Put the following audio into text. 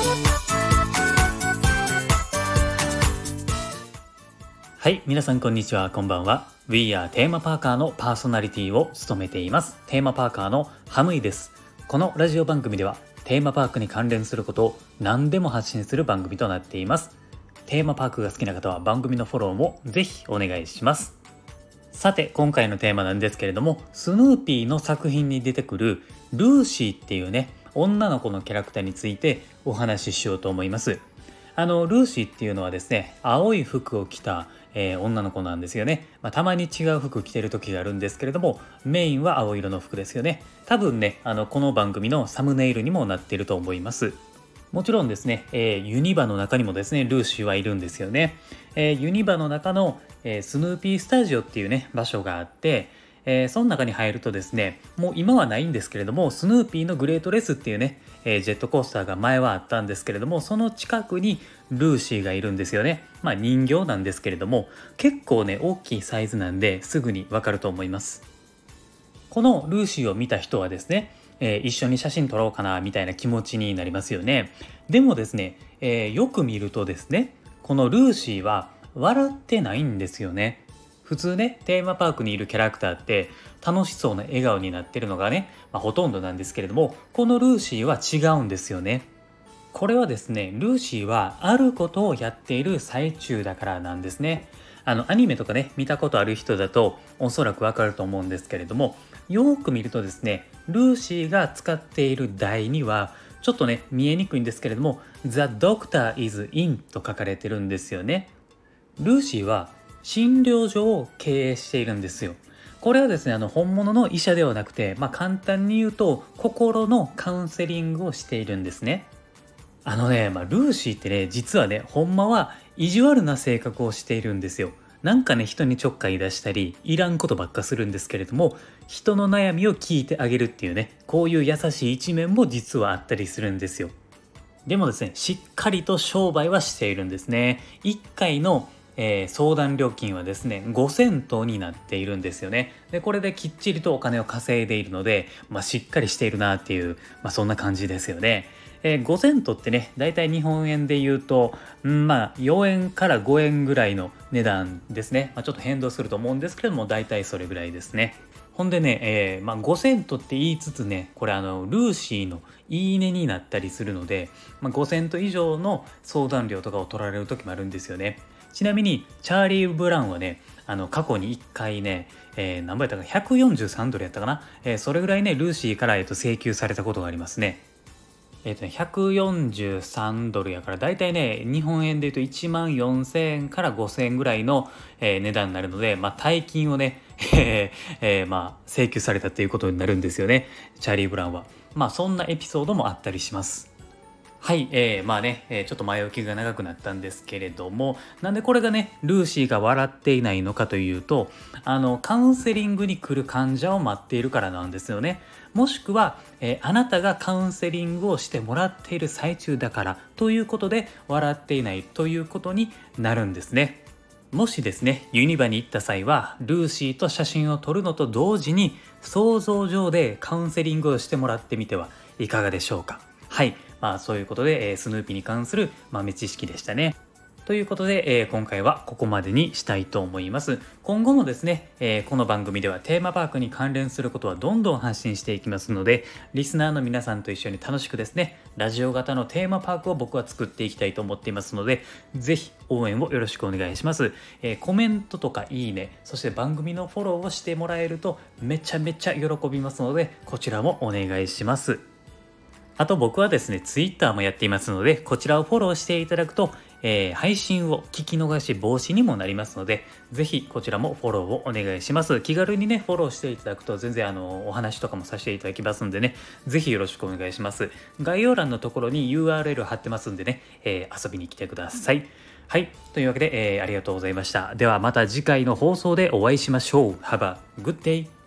はい、皆さんこんにちは、こんばんは。We are テーマパーカーのパーソナリティを務めています。テーマパーカーのハムイです。このラジオ番組ではテーマパークに関連することを何でも発信する番組となっています。テーマパークが好きな方は番組のフォローもぜひお願いします。さて、今回のテーマなんですけれども、スヌーピーの作品に出てくるルーシーっていうね、女の子のキャラクターについてお話ししようと思います。ルーシーっていうのはですね、青い服を着た、女の子なんですよね。たまに違う服着てる時があるんですけれども、メインは青色の服ですよね。多分ね、この番組のサムネイルにもなっていると思います。もちろんですね、ユニバの中にもですね、ルーシーはいるんですよね。ユニバの中の、スヌーピースタジオっていうね、場所があって、その中に入るとですね、もう今はないんですけれども、スヌーピーのグレートレスっていうね、ジェットコースターが前はあったんですけれども、その近くにルーシーがいるんですよね。人形なんですけれども、結構ね、大きいサイズなんですぐにわかると思います。このルーシーを見た人はですね、一緒に写真撮ろうかなみたいな気持ちになりますよね。でもですね、よく見るとですね、このルーシーは笑ってないんですよね。普通ね、テーマパークにいるキャラクターって楽しそうな笑顔になってるのがね、ほとんどなんですけれども、このルーシーは違うんですよね。これはですね、ルーシーはあることをやっている最中だからなんですね。アニメとかね、見たことある人だとおそらくわかると思うんですけれども、よく見るとですね、ルーシーが使っている台にはちょっとね、見えにくいんですけれども The Doctor is in と書かれてるんですよね。ルーシーは診療所を経営しているんですよ。これはですね、本物の医者ではなくて、簡単に言うと心のカウンセリングをしているんですね。ルーシーってね、実はね、ほんまは意地悪な性格をしているんですよ。なんかね、人にちょっかい出したり、いらんことばっかするんですけれども、人の悩みを聞いてあげるっていうね、こういう優しい一面も実はあったりするんですよ。でもですね、しっかりと商売はしているんですね。1回の相談料金はですね、5セントになっているんですよね。で、これできっちりとお金を稼いでいるので、しっかりしているなっていう、そんな感じですよね。5セントってね、だいたい日本円で言うと、4円から5円ぐらいの値段ですね。ちょっと変動すると思うんですけれども、だいたいそれぐらいですね。ほんでね、5セントって言いつつね、これルーシーのいいねになったりするので、5セント以上の相談料とかを取られる時もあるんですよね。ちなみにチャーリー・ブラウンはね、過去に1回ね、何倍やったか143ドルやったかな、それぐらいね、ルーシーから、請求されたことがありますね。143ドルやからだいたいね、日本円で言うと1万4000円から5000円ぐらいの、値段になるので、大金をね、請求されたっていうことになるんですよね、チャーリー・ブラウンは。そんなエピソードもあったりします。はい、ちょっと前置きが長くなったんですけれども、なんでこれがね、ルーシーが笑っていないのかというと、カウンセリングに来る患者を待っているからなんですよね。もしくは、あなたがカウンセリングをしてもらっている最中だからということで笑っていないということになるんですね。もしですね、ユニバに行った際は、ルーシーと写真を撮るのと同時に、想像上でカウンセリングをしてもらってみてはいかがでしょうか。はい。そういうことで、スヌーピーに関する豆知識でしたね。ということで、今回はここまでにしたいと思います。今後もですね、この番組ではテーマパークに関連することはどんどん発信していきますので、リスナーの皆さんと一緒に楽しくですね、ラジオ型のテーマパークを僕は作っていきたいと思っていますので、ぜひ応援をよろしくお願いします。コメントとかいいね、そして番組のフォローをしてもらえるとめちゃめちゃ喜びますので、こちらもお願いします。あと僕はですね、Twitter もやっていますので、こちらをフォローしていただくと、配信を聞き逃し防止にもなりますので、ぜひこちらもフォローをお願いします。気軽にね、フォローしていただくと全然お話とかもさせていただきますんでね、ぜひよろしくお願いします。概要欄のところに URL 貼ってますんでね、遊びに来てください。はい。というわけで、ありがとうございました。ではまた次回の放送でお会いしましょう。Have a good day!